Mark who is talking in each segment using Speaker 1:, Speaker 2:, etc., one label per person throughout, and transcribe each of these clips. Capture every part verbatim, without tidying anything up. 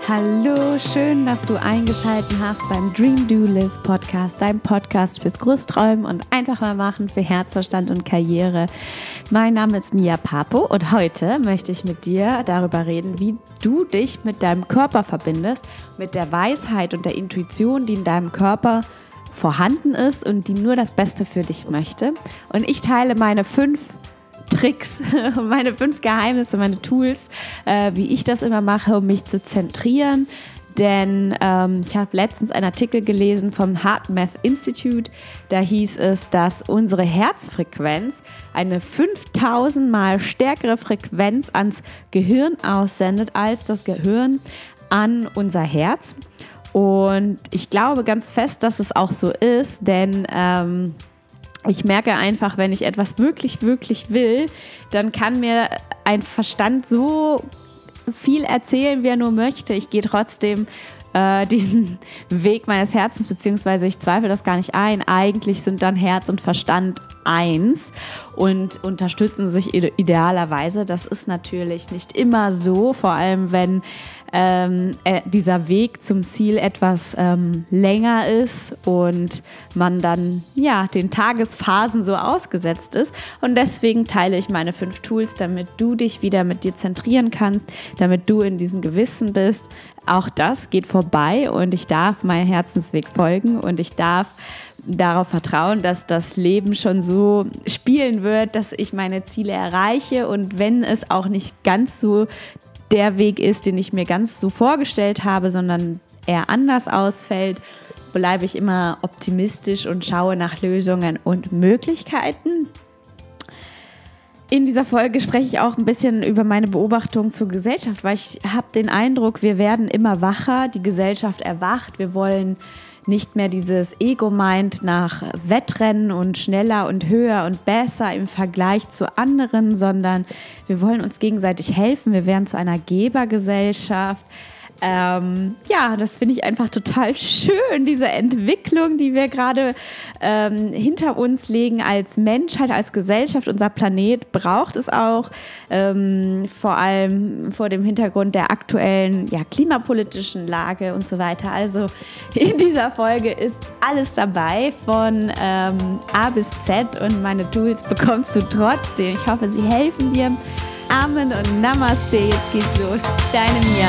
Speaker 1: Hallo, schön, dass du eingeschaltet hast beim Dream Do Live Podcast, dein Podcast fürs Großträumen und einfach mal machen für Herz, Verstand und Karriere. Mein Name ist Mia Papo und heute möchte ich mit dir darüber reden, wie du dich mit deinem Körper verbindest, mit der Weisheit und der Intuition, die in deinem Körper vorhanden ist und die nur das Beste für dich möchte. Und ich teile meine fünf Tricks, meine fünf Geheimnisse, meine Tools, äh, wie ich das immer mache, um mich zu zentrieren. Denn ähm, ich habe letztens einen Artikel gelesen vom Heart Math Institute. Da hieß es, dass unsere Herzfrequenz eine fünftausend Mal stärkere Frequenz ans Gehirn aussendet, als das Gehirn an unser Herz. Und ich glaube ganz fest, dass es auch so ist, denn ähm, ich merke einfach, wenn ich etwas wirklich, wirklich will, dann kann mir ein Verstand so viel erzählen, wie er nur möchte. Ich gehe trotzdem äh, diesen Weg meines Herzens, beziehungsweise ich zweifle das gar nicht ein. Eigentlich sind dann Herz und Verstand eins und unterstützen sich idealerweise. Das ist natürlich nicht immer so, vor allem wenn ähm, äh, dieser Weg zum Ziel etwas ähm, länger ist und man dann ja den Tagesphasen so ausgesetzt ist. Und deswegen teile ich meine fünf Tools, damit du dich wieder mit dir zentrieren kannst, damit du in diesem Gewissen bist. Auch das geht vorbei und ich darf meinem Herzensweg folgen und ich darf darauf vertrauen, dass das Leben schon so spielen wird, dass ich meine Ziele erreiche und wenn es auch nicht ganz so der Weg ist, den ich mir ganz so vorgestellt habe, sondern eher anders ausfällt, bleibe ich immer optimistisch und schaue nach Lösungen und Möglichkeiten. In dieser Folge spreche ich auch ein bisschen über meine Beobachtung zur Gesellschaft, weil ich habe den Eindruck, wir werden immer wacher, die Gesellschaft erwacht, wir wollen nicht mehr dieses Ego-Mind nach Wettrennen und schneller und höher und besser im Vergleich zu anderen, sondern wir wollen uns gegenseitig helfen. Wir werden zu einer Gebergesellschaft. Ähm, ja, das finde ich einfach total schön, diese Entwicklung, die wir gerade ähm, hinter uns legen als Menschheit, als Gesellschaft. Unser Planet braucht es auch, ähm, vor allem vor dem Hintergrund der aktuellen ja, klimapolitischen Lage und so weiter. Also in dieser Folge ist alles dabei, von ähm, A bis Z und meine Tools bekommst du trotzdem. Ich hoffe, sie helfen dir. Amen und Namaste, jetzt geht's los. Deine Mia.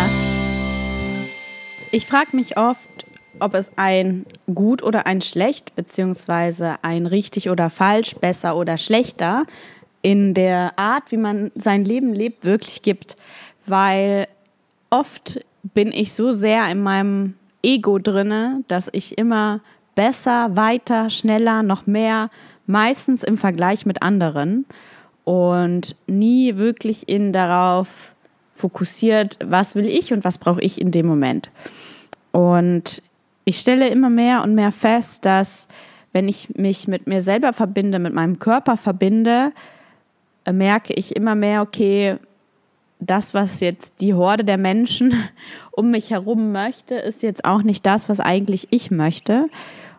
Speaker 1: Ich frage mich oft, ob es ein gut oder ein schlecht, beziehungsweise ein richtig oder falsch, besser oder schlechter in der Art, wie man sein Leben lebt, wirklich gibt. Weil oft bin ich so sehr in meinem Ego drinne, dass ich immer besser, weiter, schneller, noch mehr, meistens im Vergleich mit anderen und nie wirklich in darauf fokussiert, was will ich und was brauche ich in dem Moment. Und ich stelle immer mehr und mehr fest, dass wenn ich mich mit mir selber verbinde, mit meinem Körper verbinde, merke ich immer mehr, okay, das, was jetzt die Horde der Menschen um mich herum möchte, ist jetzt auch nicht das, was eigentlich ich möchte.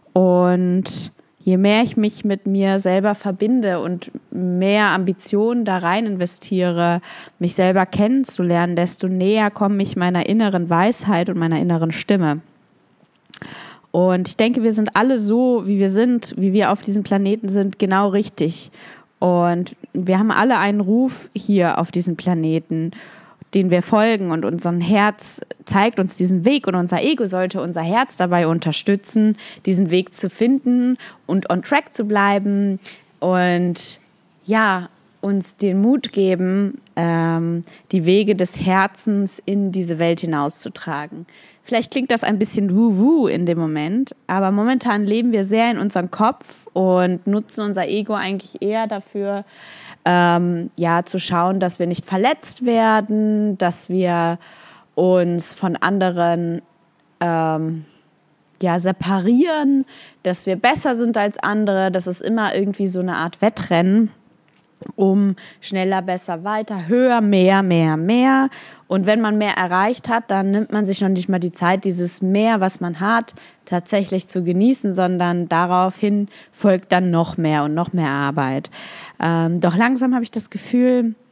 Speaker 1: Und je mehr ich mich mit mir selber verbinde und mehr Ambitionen da rein investiere, mich selber kennenzulernen, desto näher komme ich meiner inneren Weisheit und meiner inneren Stimme. Und ich denke, wir sind alle so, wie wir sind, wie wir auf diesem Planeten sind, genau richtig. Und wir haben alle einen Ruf hier auf diesem Planeten, den wir folgen, und unser Herz zeigt uns diesen Weg und unser Ego sollte unser Herz dabei unterstützen, diesen Weg zu finden und on track zu bleiben und ja, uns den Mut geben, ähm, die Wege des Herzens in diese Welt hinauszutragen. Vielleicht klingt das ein bisschen wuh-wuh in dem Moment, aber momentan leben wir sehr in unserem Kopf und nutzen unser Ego eigentlich eher dafür, Ähm, ja, zu schauen, dass wir nicht verletzt werden, dass wir uns von anderen ähm, ja, separieren, dass wir besser sind als andere. Das ist immer irgendwie so eine Art Wettrennen, um schneller, besser, weiter, höher, mehr, mehr, mehr. Und wenn man mehr erreicht hat, dann nimmt man sich noch nicht mal die Zeit, dieses Mehr, was man hat, tatsächlich zu genießen, sondern daraufhin folgt dann noch mehr und noch mehr Arbeit. Ähm, doch langsam habe ich das Gefühl,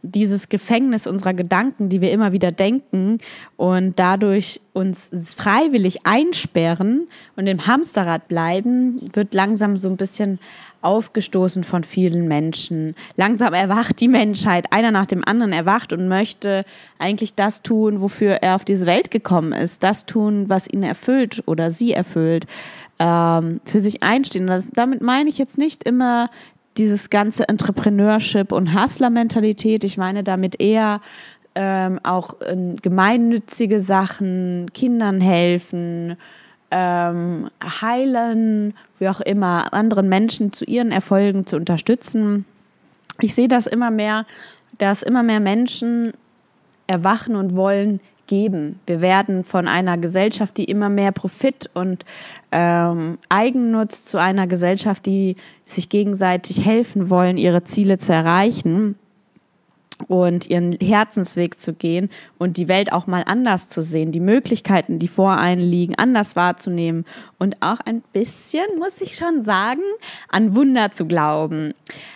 Speaker 1: dieses Gefängnis unserer Gedanken, die wir immer wieder denken und dadurch uns freiwillig einsperren und im Hamsterrad bleiben, wird langsam so ein bisschen aufgestoßen von vielen Menschen. Langsam erwacht die Menschheit, einer nach dem anderen erwacht und möchte eigentlich das tun, wofür er auf diese Welt gekommen ist, das tun, was ihn erfüllt oder sie erfüllt, ähm, für sich einstehen. Das, damit meine ich jetzt nicht immer dieses ganze Entrepreneurship und Hustler-Mentalität. Ich meine damit eher ähm, auch äh, gemeinnützige Sachen, Kindern helfen, ähm, heilen, wie auch immer, anderen Menschen zu ihren Erfolgen zu unterstützen. Ich sehe das immer mehr, dass immer mehr Menschen erwachen und wollen geben. Wir werden von einer Gesellschaft, die immer mehr Profit und ähm, Eigennutz, zu einer Gesellschaft, die sich gegenseitig helfen wollen, ihre Ziele zu erreichen und ihren Herzensweg zu gehen und die Welt auch mal anders zu sehen, die Möglichkeiten, die vor einem liegen, anders wahrzunehmen und auch ein bisschen, muss ich schon sagen, an Wunder zu glauben.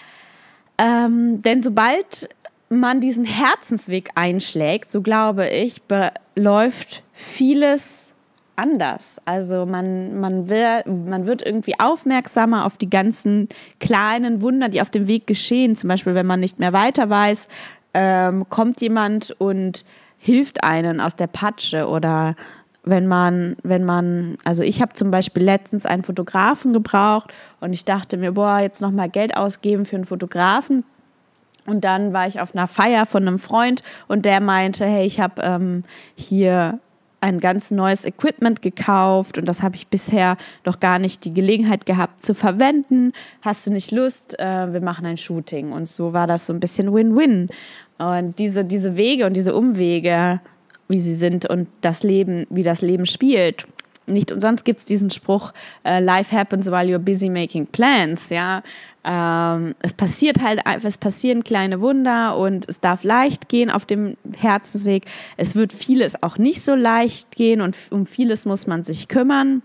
Speaker 1: Ähm, denn sobald man diesen Herzensweg einschlägt, so glaube ich, läuft vieles anders. Also man, man, wird, man wird irgendwie aufmerksamer auf die ganzen kleinen Wunder, die auf dem Weg geschehen. Zum Beispiel, wenn man nicht mehr weiter weiß, ähm, kommt jemand und hilft einen aus der Patsche. Oder wenn man, wenn man, also ich habe zum Beispiel letztens einen Fotografen gebraucht und ich dachte mir, boah, jetzt nochmal Geld ausgeben für einen Fotografen. Und dann war ich auf einer Feier von einem Freund und der meinte, hey, ich habe ähm, hier ein ganz neues Equipment gekauft und das habe ich bisher noch gar nicht die Gelegenheit gehabt zu verwenden. Hast du nicht Lust? Äh, wir machen ein Shooting. Und so war das so ein bisschen Win-Win. Und diese, diese Wege und diese Umwege, wie sie sind und das Leben, wie das Leben spielt. Nicht umsonst gibt es diesen Spruch, uh, life happens while you're busy making plans, ja. Ähm, es passiert halt einfach, es passieren kleine Wunder und es darf leicht gehen auf dem Herzensweg. Es wird vieles auch nicht so leicht gehen und um vieles muss man sich kümmern.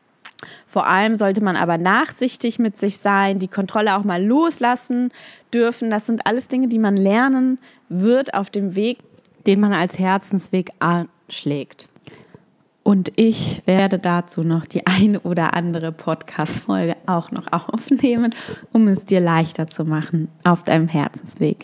Speaker 1: Vor allem sollte man aber nachsichtig mit sich sein, die Kontrolle auch mal loslassen dürfen. Das sind alles Dinge, die man lernen wird auf dem Weg, den man als Herzensweg anschlägt. Und ich werde dazu noch die eine oder andere Podcast-Folge auch noch aufnehmen, um es dir leichter zu machen auf deinem Herzensweg.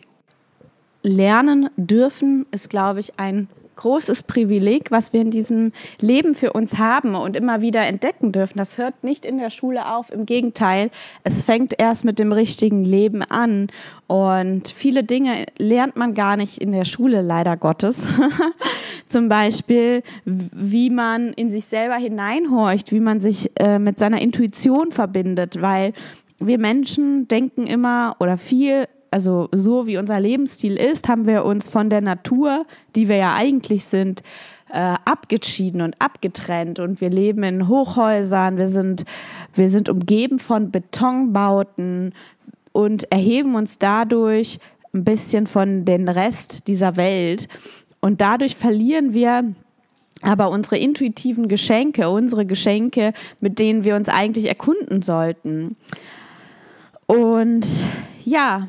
Speaker 1: Lernen dürfen ist, glaube ich, ein großes Privileg, was wir in diesem Leben für uns haben und immer wieder entdecken dürfen. Das hört nicht in der Schule auf, im Gegenteil, es fängt erst mit dem richtigen Leben an und viele Dinge lernt man gar nicht in der Schule, leider Gottes. Zum Beispiel, wie man in sich selber hineinhorcht, wie man sich äh, mit seiner Intuition verbindet, weil wir Menschen denken immer oder viel, also so wie unser Lebensstil ist, haben wir uns von der Natur, die wir ja eigentlich sind, äh, abgeschieden und abgetrennt. Und wir leben in Hochhäusern, wir sind, wir sind umgeben von Betonbauten und erheben uns dadurch ein bisschen von dem Rest dieser Welt. Und dadurch verlieren wir aber unsere intuitiven Geschenke, unsere Geschenke, mit denen wir uns eigentlich erkunden sollten. Und ja,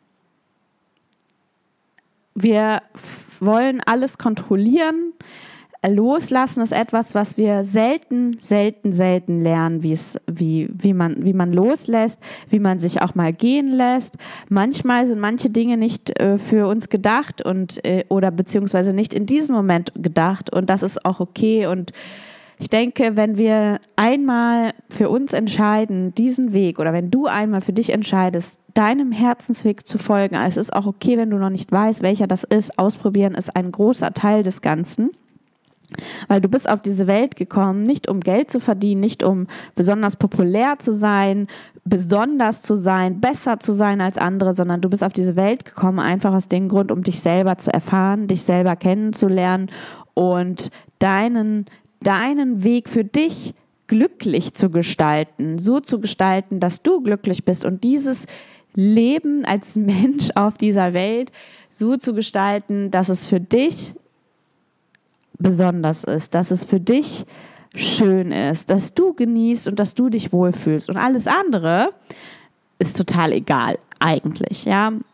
Speaker 1: wir wollen alles kontrollieren. Loslassen ist etwas, was wir selten, selten, selten lernen, wie es, wie, wie man, wie man loslässt, wie man sich auch mal gehen lässt. Manchmal sind manche Dinge nicht äh, für uns gedacht und äh, oder beziehungsweise nicht in diesem Moment gedacht und das ist auch okay. Und ich denke, wenn wir einmal für uns entscheiden, diesen Weg, oder wenn du einmal für dich entscheidest, deinem Herzensweg zu folgen, es ist auch okay, wenn du noch nicht weißt, welcher das ist, ausprobieren ist ein großer Teil des Ganzen. Weil du bist auf diese Welt gekommen, nicht um Geld zu verdienen, nicht um besonders populär zu sein, besonders zu sein, besser zu sein als andere, sondern du bist auf diese Welt gekommen, einfach aus dem Grund, um dich selber zu erfahren, dich selber kennenzulernen und deinen, deinen Weg für dich glücklich zu gestalten, so zu gestalten, dass du glücklich bist und dieses Leben als Mensch auf dieser Welt so zu gestalten, dass es für dich besonders ist, dass es für dich schön ist, dass du genießt und dass du dich wohlfühlst. Und alles andere ist total egal, eigentlich, ja.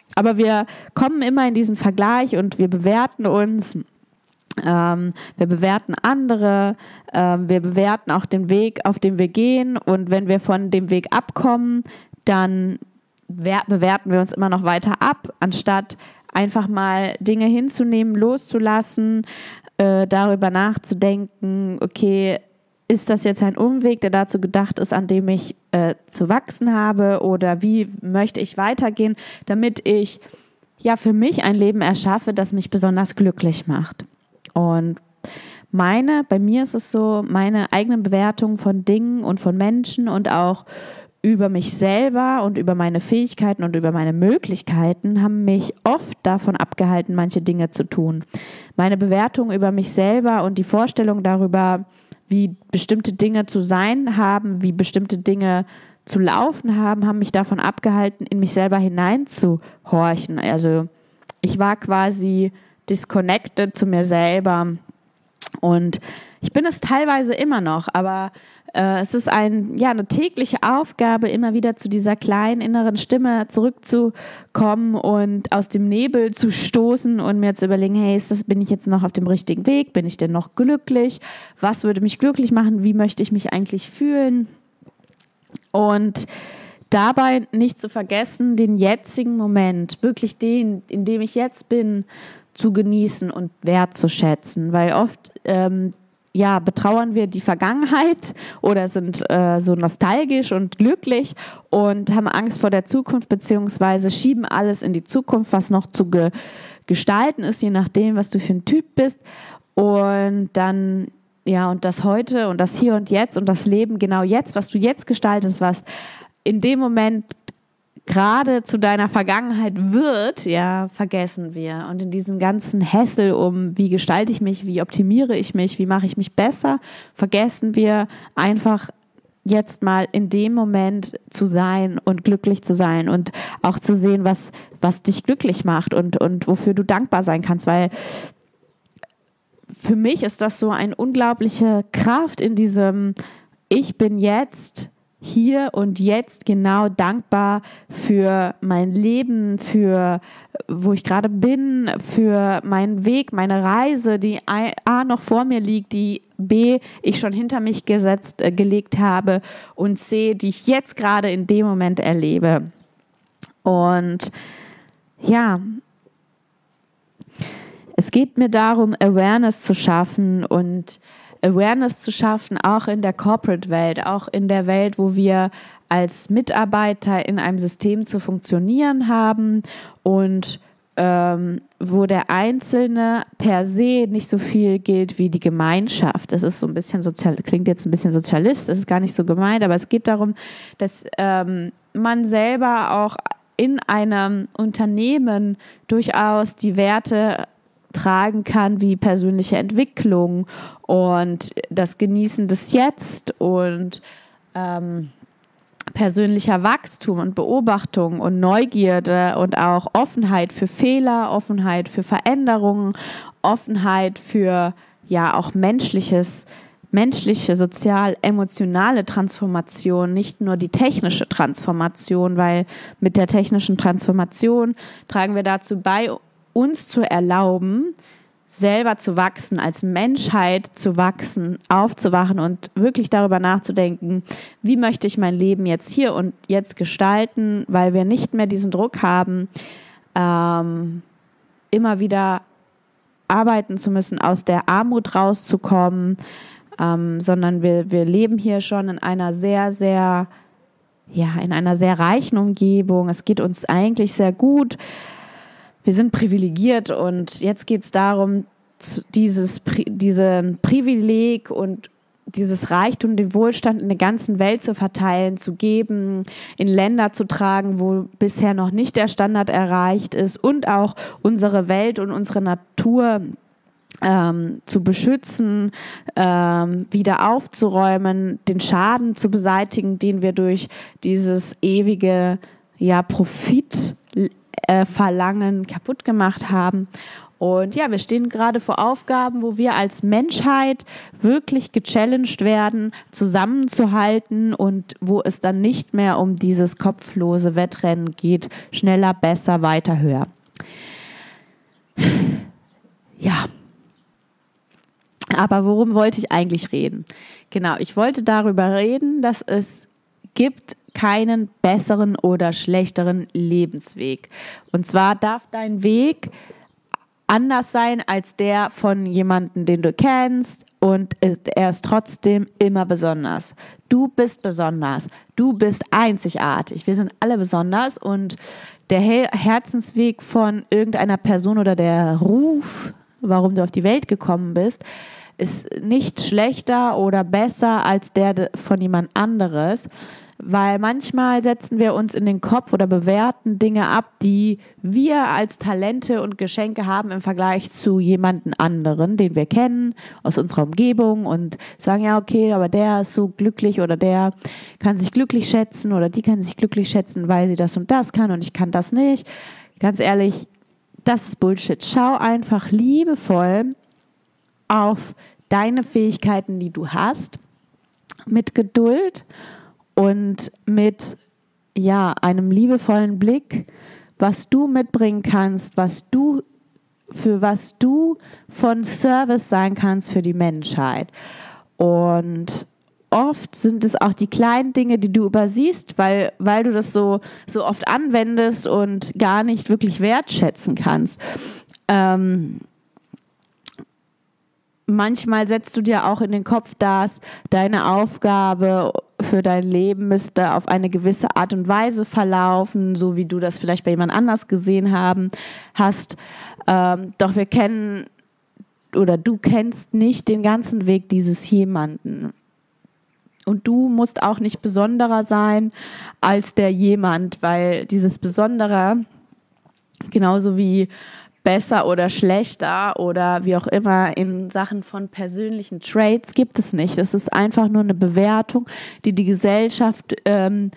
Speaker 1: aber wir kommen immer in diesen Vergleich und wir bewerten uns, ähm, wir bewerten andere, ähm, wir bewerten auch den Weg, auf dem wir gehen, und wenn wir von dem Weg abkommen, dann wer- bewerten wir uns immer noch weiter ab, anstatt einfach mal Dinge hinzunehmen, loszulassen, äh, darüber nachzudenken, okay, ist das jetzt ein Umweg, der dazu gedacht ist, an dem ich äh, zu wachsen habe, oder wie möchte ich weitergehen, damit ich ja für mich ein Leben erschaffe, das mich besonders glücklich macht. Und meine, bei mir ist es so, meine eigenen Bewertungen von Dingen und von Menschen und auch über mich selber und über meine Fähigkeiten und über meine Möglichkeiten haben mich oft davon abgehalten, manche Dinge zu tun. Meine Bewertung über mich selber und die Vorstellung darüber, wie bestimmte Dinge zu sein haben, wie bestimmte Dinge zu laufen haben, haben mich davon abgehalten, in mich selber hineinzuhorchen. Also ich war quasi disconnected zu mir selber, und ich bin es teilweise immer noch, aber äh, es ist ein, ja, eine tägliche Aufgabe, immer wieder zu dieser kleinen inneren Stimme zurückzukommen und aus dem Nebel zu stoßen und mir zu überlegen, hey, ist das, bin ich jetzt noch auf dem richtigen Weg? Bin ich denn noch glücklich? Was würde mich glücklich machen? Wie möchte ich mich eigentlich fühlen? Und dabei nicht zu vergessen, den jetzigen Moment, wirklich den, in dem ich jetzt bin, zu genießen und wertzuschätzen, weil oft ähm, ja, betrauern wir die Vergangenheit oder sind äh, so nostalgisch und glücklich und haben Angst vor der Zukunft, beziehungsweise schieben alles in die Zukunft, was noch zu ge- gestalten ist, je nachdem, was du für ein Typ bist, und dann ja, und das Heute und das Hier und Jetzt und das Leben genau jetzt, was du jetzt gestaltest, was in dem Moment gerade zu deiner Vergangenheit wird, ja, vergessen wir. Und in diesem ganzen Hassel um, wie gestalte ich mich, wie optimiere ich mich, wie mache ich mich besser, vergessen wir einfach jetzt mal in dem Moment zu sein und glücklich zu sein und auch zu sehen, was, was dich glücklich macht und, und wofür du dankbar sein kannst, weil für mich ist das so eine unglaubliche Kraft in diesem, ich bin jetzt hier und jetzt genau dankbar für mein Leben, für wo ich gerade bin, für meinen Weg, meine Reise, die A noch vor mir liegt, die B ich schon hinter mich gesetzt, äh, gelegt habe, und C, die ich jetzt gerade in dem Moment erlebe. Und ja, es geht mir darum, Awareness zu schaffen und Awareness zu schaffen, auch in der Corporate-Welt, auch in der Welt, wo wir als Mitarbeiter in einem System zu funktionieren haben und ähm, wo der Einzelne per se nicht so viel gilt wie die Gemeinschaft. Das ist so ein bisschen sozial, klingt jetzt ein bisschen sozialistisch, das ist gar nicht so gemeint, aber es geht darum, dass ähm, man selber auch in einem Unternehmen durchaus die Werte tragen kann, wie persönliche Entwicklung und das Genießen des Jetzt und ähm, persönlicher Wachstum und Beobachtung und Neugierde und auch Offenheit für Fehler, Offenheit für Veränderungen, Offenheit für ja auch menschliches, menschliche, sozial-emotionale Transformation, nicht nur die technische Transformation, weil mit der technischen Transformation tragen wir dazu bei, uns zu erlauben, selber zu wachsen, als Menschheit zu wachsen, aufzuwachen und wirklich darüber nachzudenken, wie möchte ich mein Leben jetzt hier und jetzt gestalten, weil wir nicht mehr diesen Druck haben, ähm, immer wieder arbeiten zu müssen, aus der Armut rauszukommen, ähm, sondern wir, wir leben hier schon in einer sehr, sehr, ja, in einer sehr reichen Umgebung. Es geht uns eigentlich sehr gut. Wir sind privilegiert und jetzt geht es darum, dieses, diesen Privileg und dieses Reichtum, den Wohlstand in der ganzen Welt zu verteilen, zu geben, in Länder zu tragen, wo bisher noch nicht der Standard erreicht ist, und auch unsere Welt und unsere Natur ähm, zu beschützen, ähm, wieder aufzuräumen, den Schaden zu beseitigen, den wir durch dieses ewige ja, Profit Verlangen kaputt gemacht haben. Und ja, wir stehen gerade vor Aufgaben, wo wir als Menschheit wirklich gechallenged werden, zusammenzuhalten und wo es dann nicht mehr um dieses kopflose Wettrennen geht, schneller, besser, weiter, höher. Ja. Aber worum wollte ich eigentlich reden? Genau, ich wollte darüber reden, dass es gibt keinen besseren oder schlechteren Lebensweg. Und zwar darf dein Weg anders sein als der von jemandem, den du kennst, und er ist trotzdem immer besonders. Du bist besonders, du bist einzigartig, wir sind alle besonders und der Herzensweg von irgendeiner Person oder der Ruf, warum du auf die Welt gekommen bist, ist nicht schlechter oder besser als der von jemand anderes, weil manchmal setzen wir uns in den Kopf oder bewerten Dinge ab, die wir als Talente und Geschenke haben im Vergleich zu jemandem anderen, den wir kennen aus unserer Umgebung und sagen, ja okay, aber der ist so glücklich oder der kann sich glücklich schätzen oder die kann sich glücklich schätzen, weil sie das und das kann und ich kann das nicht. Ganz ehrlich, das ist Bullshit. Schau einfach liebevoll auf deine Fähigkeiten, die du hast, mit Geduld und mit ja, einem liebevollen Blick, was du mitbringen kannst, was du, für was du von Service sein kannst für die Menschheit. Und oft sind es auch die kleinen Dinge, die du übersiehst, weil, weil du das so, so oft anwendest und gar nicht wirklich wertschätzen kannst. Ähm, Manchmal setzt du dir auch in den Kopf, dass deine Aufgabe für dein Leben müsste auf eine gewisse Art und Weise verlaufen, so wie du das vielleicht bei jemand anders gesehen haben hast. Ähm, doch wir kennen oder du kennst nicht den ganzen Weg dieses jemanden. Und du musst auch nicht besonderer sein als der jemand, weil dieses Besondere genauso wie besser oder schlechter oder wie auch immer in Sachen von persönlichen Traits gibt es nicht. Es ist einfach nur eine Bewertung, die die Gesellschaft, ähm,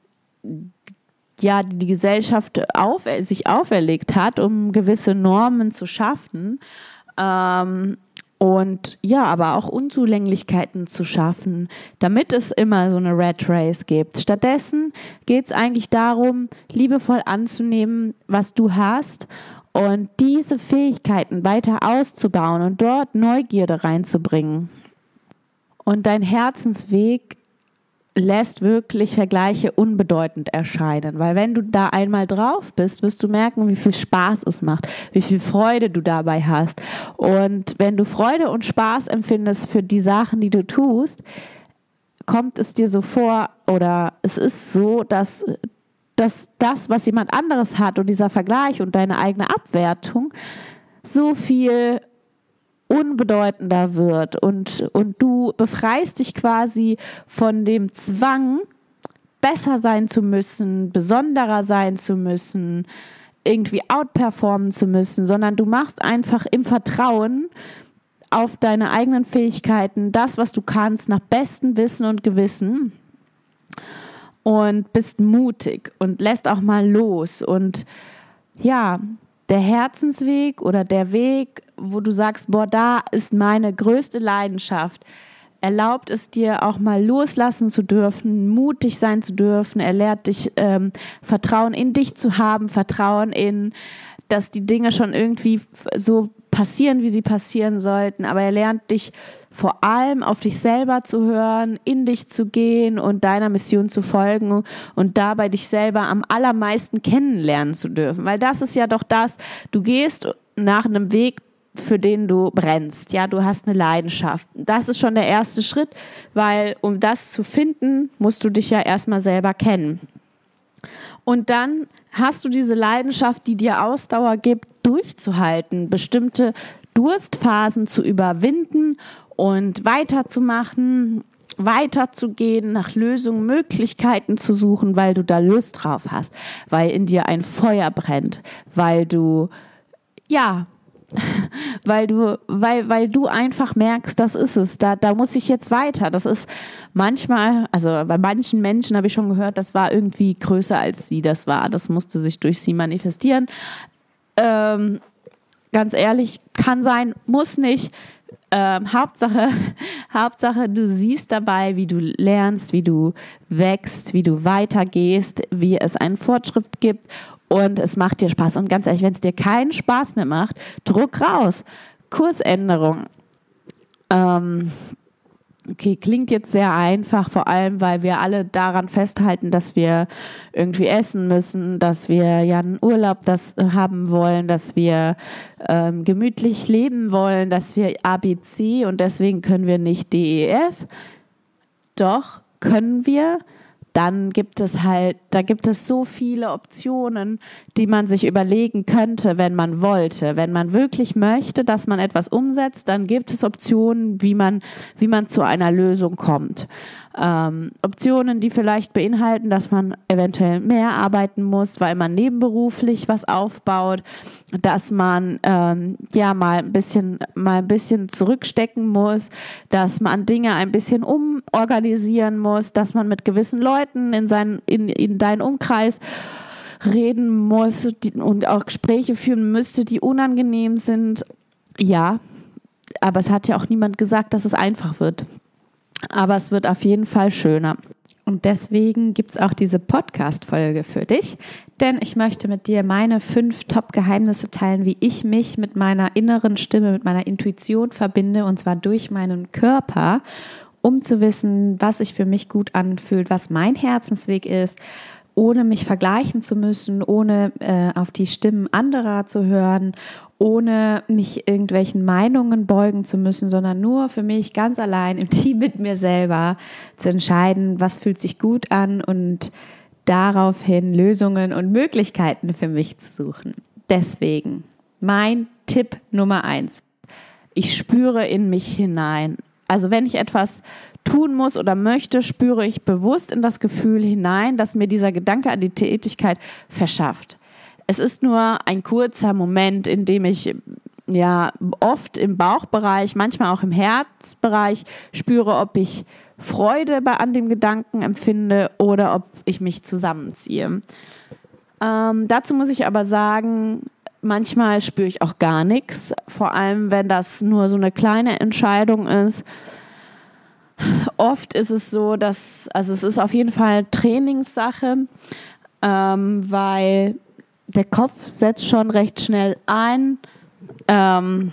Speaker 1: ja, die die Gesellschaft auf, sich auferlegt hat, um gewisse Normen zu schaffen. Ähm, und ja, aber auch Unzulänglichkeiten zu schaffen, damit es immer so eine Rat Race gibt. Stattdessen geht es eigentlich darum, liebevoll anzunehmen, was du hast, und diese Fähigkeiten weiter auszubauen und dort Neugierde reinzubringen. Und dein Herzensweg lässt wirklich Vergleiche unbedeutend erscheinen. Weil wenn du da einmal drauf bist, wirst du merken, wie viel Spaß es macht, wie viel Freude du dabei hast. Und wenn du Freude und Spaß empfindest für die Sachen, die du tust, kommt es dir so vor oder es ist so, dass dass das, was jemand anderes hat und dieser Vergleich und deine eigene Abwertung so viel unbedeutender wird und, und du befreist dich quasi von dem Zwang, besser sein zu müssen, besonderer sein zu müssen, irgendwie outperformen zu müssen, sondern du machst einfach im Vertrauen auf deine eigenen Fähigkeiten das, was du kannst, nach bestem Wissen und Gewissen. Und bist mutig und lässt auch mal los. Und ja, der Herzensweg oder der Weg, wo du sagst, boah, da ist meine größte Leidenschaft, erlaubt es dir auch mal loslassen zu dürfen, mutig sein zu dürfen. Er lehrt dich, ähm, Vertrauen in dich zu haben, Vertrauen in, dass die Dinge schon irgendwie so passieren, wie sie passieren sollten. Aber er lernt dich vor allem auf dich selber zu hören, in dich zu gehen und deiner Mission zu folgen und dabei dich selber am allermeisten kennenlernen zu dürfen. Weil das ist ja doch das, du gehst nach einem Weg, für den du brennst. Ja, du hast eine Leidenschaft. Das ist schon der erste Schritt, weil um das zu finden, musst du dich ja erstmal selber kennen. Und dann hast du diese Leidenschaft, die dir Ausdauer gibt, durchzuhalten, bestimmte Durstphasen zu überwinden und weiterzumachen, weiterzugehen, nach Lösungen, Möglichkeiten zu suchen, weil du da Lust drauf hast, weil in dir ein Feuer brennt, weil du, ja, weil du, weil, weil du einfach merkst, das ist es, da, da muss ich jetzt weiter. Das ist manchmal, also bei manchen Menschen habe ich schon gehört, das war irgendwie größer als sie das war. Das musste sich durch sie manifestieren. Ähm, ganz ehrlich, kann sein, muss nicht. Ähm, Hauptsache, Hauptsache, du siehst dabei, wie du lernst, wie du wächst, wie du weitergehst, wie es einen Fortschritt gibt und es macht dir Spaß. Und ganz ehrlich, wenn es dir keinen Spaß mehr macht, druck raus. Kursänderung. Ähm, okay, klingt jetzt sehr einfach, vor allem, weil wir alle daran festhalten, dass wir irgendwie essen müssen, dass wir ja einen Urlaub das haben wollen, dass wir ähm, gemütlich leben wollen, dass wir A B C und deswegen können wir nicht D E F. Doch, können wir. Dann gibt es halt, da gibt es so viele Optionen, die man sich überlegen könnte, wenn man wollte. Wenn man wirklich möchte, dass man etwas umsetzt, dann gibt es Optionen, wie man, wie man zu einer Lösung kommt. Ähm, Optionen, die vielleicht beinhalten, dass man eventuell mehr arbeiten muss, weil man nebenberuflich was aufbaut, dass man ähm, ja mal ein bisschen mal ein bisschen zurückstecken muss, dass man Dinge ein bisschen umorganisieren muss, dass man mit gewissen Leuten in seinen in, in deinen Umkreis reden muss die, und auch Gespräche führen müsste, die unangenehm sind. Ja, aber es hat ja auch niemand gesagt, dass es einfach wird. Aber es wird auf jeden Fall schöner. Und deswegen gibt es auch diese Podcast-Folge für dich, denn ich möchte mit dir meine fünf Top-Geheimnisse teilen, wie ich mich mit meiner inneren Stimme, mit meiner Intuition verbinde, und zwar durch meinen Körper, um zu wissen, was sich für mich gut anfühlt, was mein Herzensweg ist, ohne mich vergleichen zu müssen, ohne äh, auf die Stimmen anderer zu hören, ohne mich irgendwelchen Meinungen beugen zu müssen, sondern nur für mich ganz allein im Team mit mir selber zu entscheiden, was fühlt sich gut an und daraufhin Lösungen und Möglichkeiten für mich zu suchen. Deswegen mein Tipp Nummer eins. Ich spüre in mich hinein. Also wenn ich etwas tun muss oder möchte, spüre ich bewusst in das Gefühl hinein, dass mir dieser Gedanke an die Tätigkeit verschafft. Es ist nur ein kurzer Moment, in dem ich ja oft im Bauchbereich, manchmal auch im Herzbereich spüre, ob ich Freude bei, an dem Gedanken empfinde oder ob ich mich zusammenziehe. Ähm, dazu muss ich aber sagen, manchmal spüre ich auch gar nichts, vor allem wenn das nur so eine kleine Entscheidung ist. Oft ist es so, dass, also es ist auf jeden Fall Trainingssache, ähm, weil der Kopf setzt schon recht schnell ein. Ähm,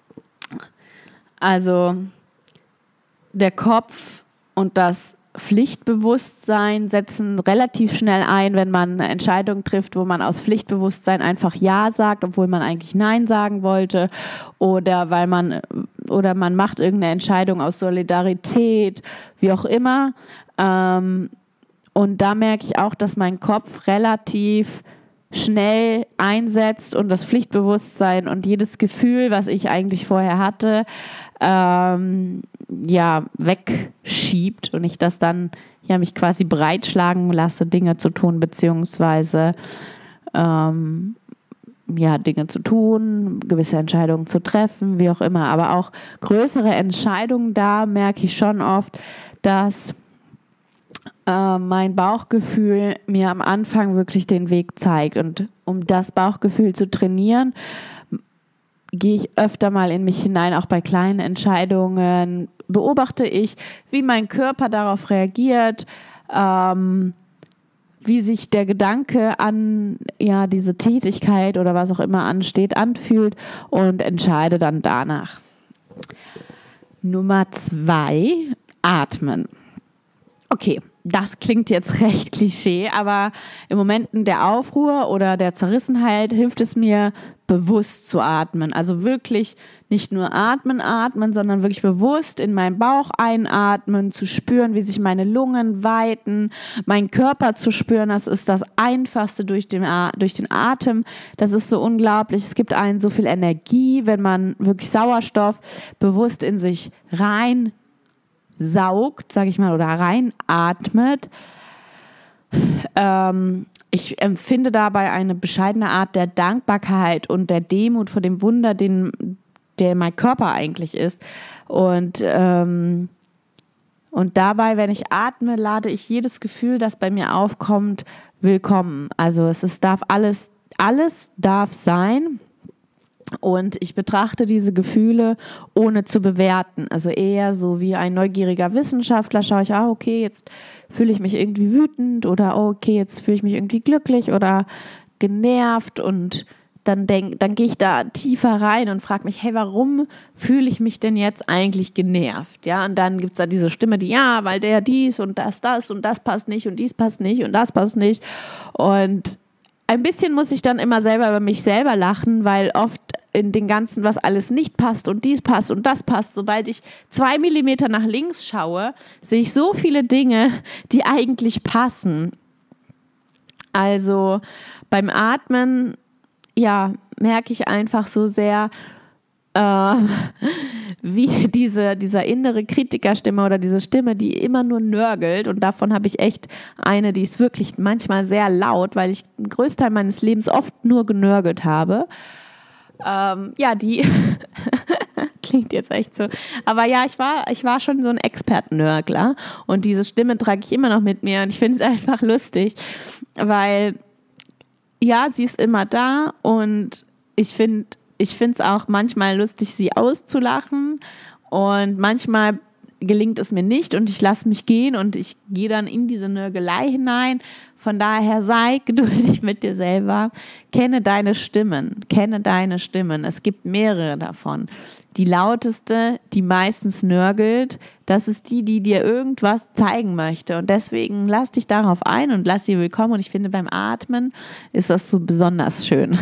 Speaker 1: also der Kopf und das Pflichtbewusstsein setzen relativ schnell ein, wenn man eine Entscheidung trifft, wo man aus Pflichtbewusstsein einfach Ja sagt, obwohl man eigentlich Nein sagen wollte, oder weil man oder man macht irgendeine Entscheidung aus Solidarität, wie auch immer. Ähm, und da merke ich auch, dass mein Kopf relativ schnell einsetzt und das Pflichtbewusstsein und jedes Gefühl, was ich eigentlich vorher hatte, ähm, ja, wegschiebt und ich das dann ja mich quasi breitschlagen lasse, Dinge zu tun, beziehungsweise ähm, ja, Dinge zu tun, gewisse Entscheidungen zu treffen, wie auch immer. Aber auch größere Entscheidungen, da merke ich schon oft, dass äh, mein Bauchgefühl mir am Anfang wirklich den Weg zeigt. Und um das Bauchgefühl zu trainieren, gehe ich öfter mal in mich hinein, auch bei kleinen Entscheidungen, beobachte ich, wie mein Körper darauf reagiert, ähm, wie sich der Gedanke an ja diese Tätigkeit oder was auch immer ansteht, anfühlt und entscheide dann danach. Nummer zwei, atmen. Okay, das klingt jetzt recht Klischee, aber in Momenten der Aufruhr oder der Zerrissenheit hilft es mir, bewusst zu atmen. Also wirklich nicht nur atmen, atmen, sondern wirklich bewusst in meinen Bauch einatmen, zu spüren, wie sich meine Lungen weiten, meinen Körper zu spüren. Das ist das Einfachste durch den, durch den Atem. Das ist so unglaublich. Es gibt einen so viel Energie, wenn man wirklich Sauerstoff bewusst in sich rein saugt, sage ich mal, oder reinatmet. Ähm, ich empfinde dabei eine bescheidene Art der Dankbarkeit und der Demut vor dem Wunder, den, der mein Körper eigentlich ist. Und, ähm, und dabei, wenn ich atme, lade ich jedes Gefühl, das bei mir aufkommt, willkommen. Also es ist, darf alles, alles darf sein. Und ich betrachte diese Gefühle ohne zu bewerten. Also eher so wie ein neugieriger Wissenschaftler schaue ich, ah, okay, jetzt fühle ich mich irgendwie wütend oder oh, okay, jetzt fühle ich mich irgendwie glücklich oder genervt und dann denk, dann gehe ich da tiefer rein und frage mich, hey, warum fühle ich mich denn jetzt eigentlich genervt? Ja, und dann gibt es da diese Stimme, die, ja, weil der dies und das, das und das passt nicht und dies passt nicht und das passt nicht. Und ein bisschen muss ich dann immer selber über mich selber lachen, weil oft in den Ganzen, was alles nicht passt und dies passt und das passt, sobald ich zwei Millimeter nach links schaue, sehe ich so viele Dinge, die eigentlich passen. Also beim Atmen, ja, merke ich einfach so sehr, äh, wie diese, dieser innere Kritikerstimme oder diese Stimme, die immer nur nörgelt, und davon habe ich echt eine, die ist wirklich manchmal sehr laut, weil ich den größten Teil meines Lebens oft nur genörgelt habe. Ähm, ja, die klingt jetzt echt so. Aber ja, ich war, ich war schon so ein Experten-Nörgler und diese Stimme trage ich immer noch mit mir und ich finde es einfach lustig, weil ja, sie ist immer da und ich finde ich finde es auch manchmal lustig, sie auszulachen und manchmal gelingt es mir nicht und ich lasse mich gehen und ich gehe dann in diese Nörgelei hinein. Von daher sei geduldig mit dir selber. Kenne deine Stimmen, kenne deine Stimmen. Es gibt mehrere davon. Die lauteste, die meistens nörgelt, das ist die, die dir irgendwas zeigen möchte. Und deswegen lass dich darauf ein und lass sie willkommen. Und ich finde, beim Atmen ist das so besonders schön.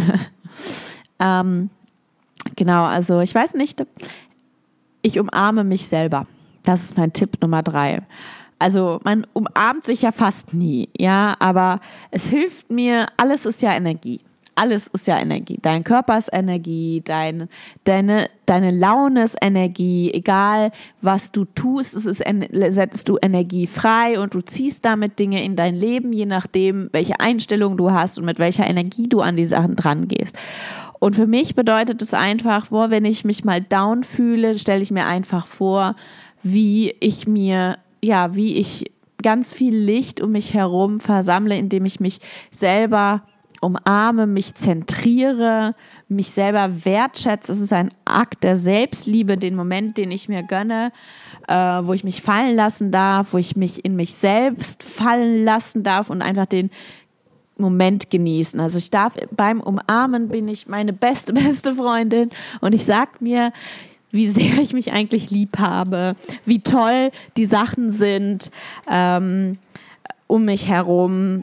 Speaker 1: ähm, genau, also ich weiß nicht, ich umarme mich selber. Das ist mein Tipp Nummer drei. Also man umarmt sich ja fast nie, ja, aber es hilft mir, alles ist ja Energie. Alles ist ja Energie. Dein Körper ist Energie, dein, deine, deine Laune ist Energie. Egal, was du tust, es ist, setzt du Energie frei und du ziehst damit Dinge in dein Leben, je nachdem, welche Einstellung du hast und mit welcher Energie du an die Sachen dran gehst. Und für mich bedeutet es einfach, boah, wenn ich mich mal down fühle, stelle ich mir einfach vor, wie ich mir, ja, wie ich ganz viel Licht um mich herum versammle, indem ich mich selber umarme, mich zentriere, mich selber wertschätze. Es ist ein Akt der Selbstliebe, den Moment, den ich mir gönne, äh, wo ich mich fallen lassen darf, wo ich mich in mich selbst fallen lassen darf und einfach den Moment genießen. Also ich darf, beim Umarmen bin ich meine beste, beste Freundin und ich sag mir, wie sehr ich mich eigentlich lieb habe, wie toll die Sachen sind ähm, um mich herum.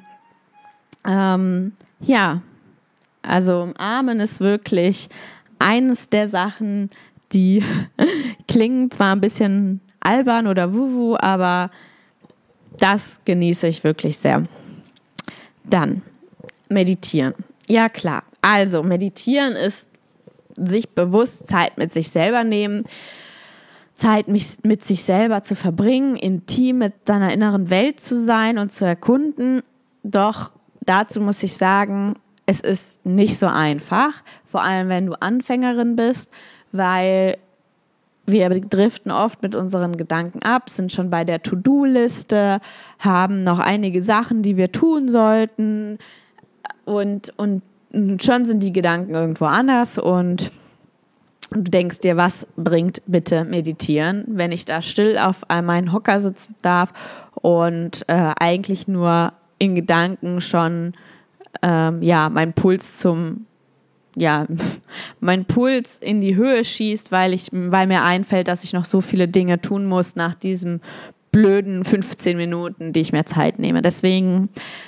Speaker 1: Ähm, ja, also umarmen ist wirklich eines der Sachen, die klingen zwar ein bisschen albern oder wuhu, aber das genieße ich wirklich sehr. Dann meditieren. Ja klar, also meditieren ist sich bewusst Zeit mit sich selber nehmen, Zeit mit sich selber zu verbringen, intim mit deiner inneren Welt zu sein und zu erkunden. Doch dazu muss ich sagen, es ist nicht so einfach, vor allem wenn du Anfängerin bist, weil wir driften oft mit unseren Gedanken ab, sind schon bei der To-Do-Liste, haben noch einige Sachen, die wir tun sollten und, und schon sind die Gedanken irgendwo anders und du denkst dir, was bringt bitte Meditieren, wenn ich da still auf meinen Hocker sitzen darf und äh, eigentlich nur in Gedanken schon ähm, ja, mein Puls zum ja, mein Puls in die Höhe schießt, weil ich, weil mir einfällt, dass ich noch so viele Dinge tun muss nach diesen blöden fünfzehn Minuten, die ich mir Zeit nehme. Deswegen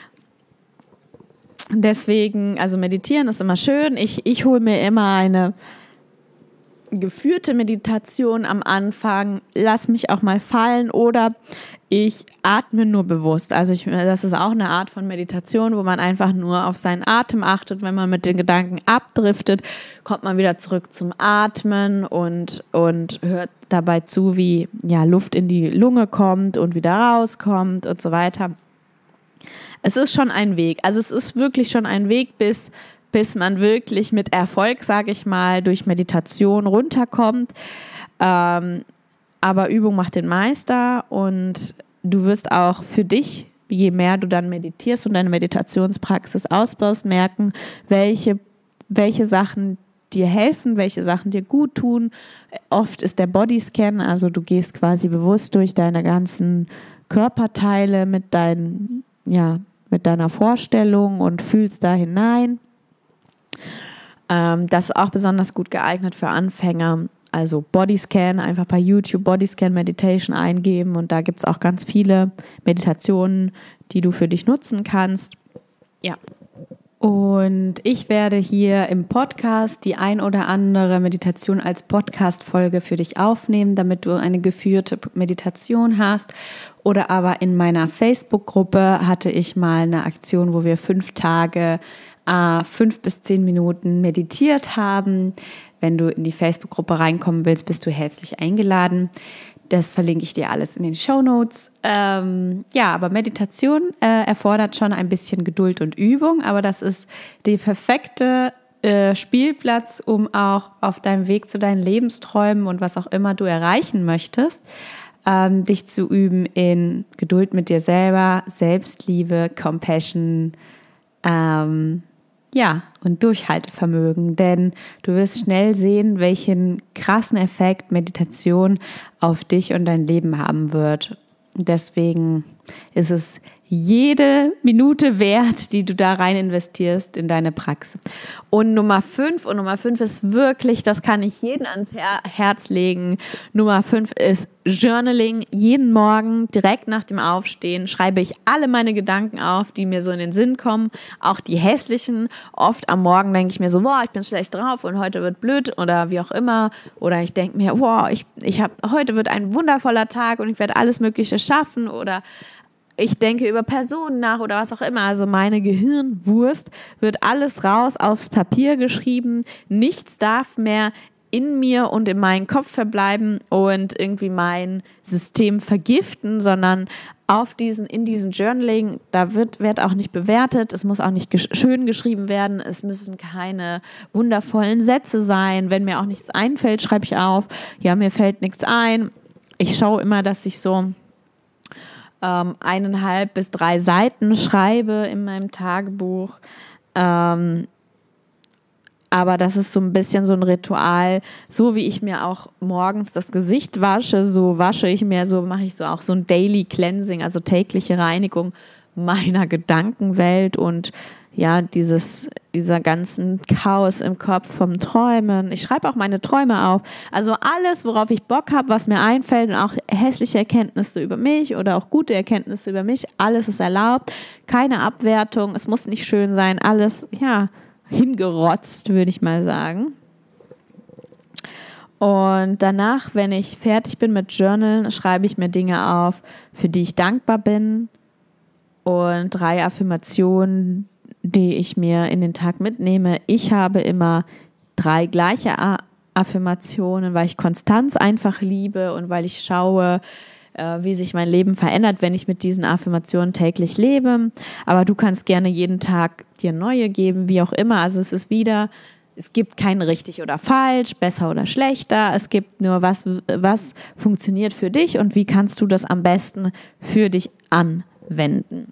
Speaker 1: Deswegen, also meditieren ist immer schön. Ich, ich hole mir immer eine geführte Meditation am Anfang, lass mich auch mal fallen oder ich atme nur bewusst. Also ich, das ist auch eine Art von Meditation, wo man einfach nur auf seinen Atem achtet. Wenn man mit den Gedanken abdriftet, kommt man wieder zurück zum Atmen und, und hört dabei zu, wie ja, Luft in die Lunge kommt und wieder rauskommt und so weiter. Es ist schon ein Weg, also es ist wirklich schon ein Weg, bis, bis man wirklich mit Erfolg, sage ich mal, durch Meditation runterkommt. Ähm, aber Übung macht den Meister und du wirst auch für dich, je mehr du dann meditierst und deine Meditationspraxis ausbaust, merken, welche, welche Sachen dir helfen, welche Sachen dir gut tun. Oft ist der Bodyscan, also du gehst quasi bewusst durch deine ganzen Körperteile mit, dein, ja, mit deiner Vorstellung und fühlst da hinein. Ähm, das ist auch besonders gut geeignet für Anfänger. Also Bodyscan, einfach bei YouTube Bodyscan Meditation eingeben und da gibt es auch ganz viele Meditationen, die du für dich nutzen kannst. Ja. Und ich werde hier im Podcast die ein oder andere Meditation als Podcast-Folge für dich aufnehmen, damit du eine geführte Meditation hast. Oder aber in meiner Facebook-Gruppe hatte ich mal eine Aktion, wo wir fünf Tage, äh, fünf bis zehn Minuten meditiert haben. Wenn du in die Facebook-Gruppe reinkommen willst, bist du herzlich eingeladen. Das verlinke ich dir alles in den Shownotes. Ähm, ja, aber Meditation äh, erfordert schon ein bisschen Geduld und Übung, aber das ist der perfekte äh, Spielplatz, um auch auf deinem Weg zu deinen Lebensträumen und was auch immer du erreichen möchtest, ähm, dich zu üben in Geduld mit dir selber, Selbstliebe, Compassion, ähm, ja, und Durchhaltevermögen, denn du wirst schnell sehen, welchen krassen Effekt Meditation auf dich und dein Leben haben wird. Deswegen ist es jede Minute wert, die du da rein investierst in deine Praxis. Und Nummer fünf, und Nummer fünf ist wirklich, das kann ich jedem ans Her- Herz legen, Nummer fünf ist Journaling. Jeden Morgen, direkt nach dem Aufstehen, schreibe ich alle meine Gedanken auf, die mir so in den Sinn kommen, auch die hässlichen. Oft am Morgen denke ich mir so, boah, ich bin schlecht drauf und heute wird blöd oder wie auch immer. Oder ich denke mir, boah, ich, ich hab, heute wird ein wundervoller Tag und ich werde alles Mögliche schaffen oder ich denke über Personen nach oder was auch immer. Also meine Gehirnwurst wird alles raus aufs Papier geschrieben. Nichts darf mehr in mir und in meinem Kopf verbleiben und irgendwie mein System vergiften, sondern auf diesen, in diesen Journaling, da wird, wird auch nicht bewertet, es muss auch nicht gesch- schön geschrieben werden, es müssen keine wundervollen Sätze sein. Wenn mir auch nichts einfällt, schreibe ich auf, ja, mir fällt nichts ein. Ich schaue immer, dass ich so ähm, eineinhalb bis drei Seiten schreibe in meinem Tagebuch. Ähm, Aber das ist so ein bisschen so ein Ritual, so wie ich mir auch morgens das Gesicht wasche, so wasche ich mir, so mache ich so auch so ein Daily Cleansing, also tägliche Reinigung meiner Gedankenwelt und ja, dieses, dieser ganzen Chaos im Kopf vom Träumen. Ich schreibe auch meine Träume auf. Also alles, worauf ich Bock habe, was mir einfällt und auch hässliche Erkenntnisse über mich oder auch gute Erkenntnisse über mich, alles ist erlaubt. Keine Abwertung, es muss nicht schön sein, alles, ja, hingerotzt, würde ich mal sagen. Und danach, wenn ich fertig bin mit Journalen, schreibe ich mir Dinge auf, für die ich dankbar bin und drei Affirmationen, die ich mir in den Tag mitnehme. Ich habe immer drei gleiche A- Affirmationen, weil ich Konstanz einfach liebe und weil ich schaue, wie sich mein Leben verändert, wenn ich mit diesen Affirmationen täglich lebe. Aber du kannst gerne jeden Tag dir neue geben, wie auch immer. Also es ist wieder, es gibt kein richtig oder falsch, besser oder schlechter. Es gibt nur, was, was funktioniert für dich und wie kannst du das am besten für dich anwenden.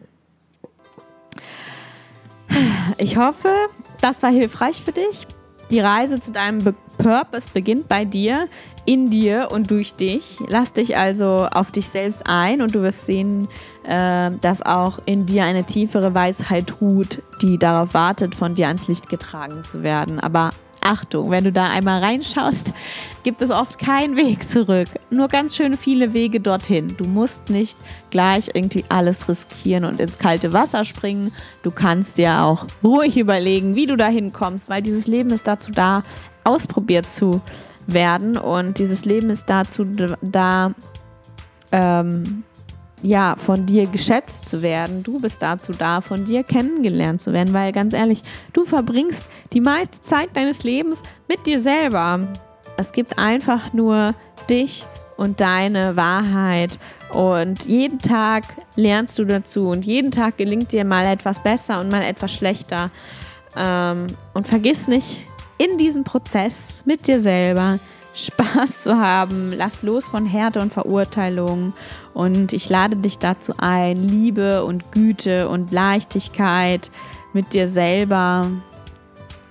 Speaker 1: Ich hoffe, das war hilfreich für dich. Die Reise zu deinem Be- Purpose beginnt bei dir, in dir und durch dich. Lass dich also auf dich selbst ein und du wirst sehen, äh, dass auch in dir eine tiefere Weisheit ruht, die darauf wartet, von dir ans Licht getragen zu werden. Aber Achtung, wenn du da einmal reinschaust, gibt es oft keinen Weg zurück. Nur ganz schön viele Wege dorthin. Du musst nicht gleich irgendwie alles riskieren und ins kalte Wasser springen. Du kannst dir auch ruhig überlegen, wie du da hinkommst, weil dieses Leben ist dazu da, ausprobiert zu werden und dieses Leben ist dazu da, ähm, ja, von dir geschätzt zu werden. Du bist dazu da, von dir kennengelernt zu werden, weil ganz ehrlich, du verbringst die meiste Zeit deines Lebens mit dir selber. Es gibt einfach nur dich und deine Wahrheit und jeden Tag lernst du dazu und jeden Tag gelingt dir mal etwas besser und mal etwas schlechter. Ähm, und vergiss nicht, in diesem Prozess mit dir selber Spaß zu haben, lass los von Härte und Verurteilung und ich lade dich dazu ein, Liebe und Güte und Leichtigkeit mit dir selber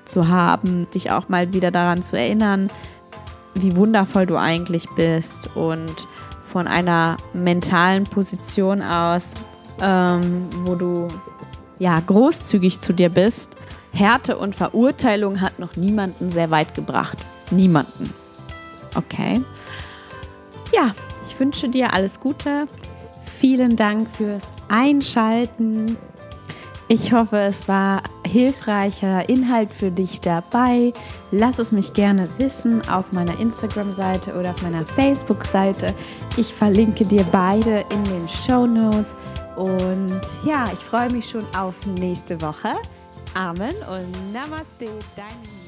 Speaker 1: zu haben, dich auch mal wieder daran zu erinnern, wie wundervoll du eigentlich bist und von einer mentalen Position aus, ähm, wo du ja großzügig zu dir bist. Härte und Verurteilung hat noch niemanden sehr weit gebracht. Niemanden. Okay. Ja, ich wünsche dir alles Gute. Vielen Dank fürs Einschalten. Ich hoffe, es war hilfreicher Inhalt für dich dabei. Lass es mich gerne wissen auf meiner Instagram-Seite oder auf meiner Facebook-Seite. Ich verlinke dir beide in den Shownotes. Und ja, ich freue mich schon auf nächste Woche. Amen und Namaste, dein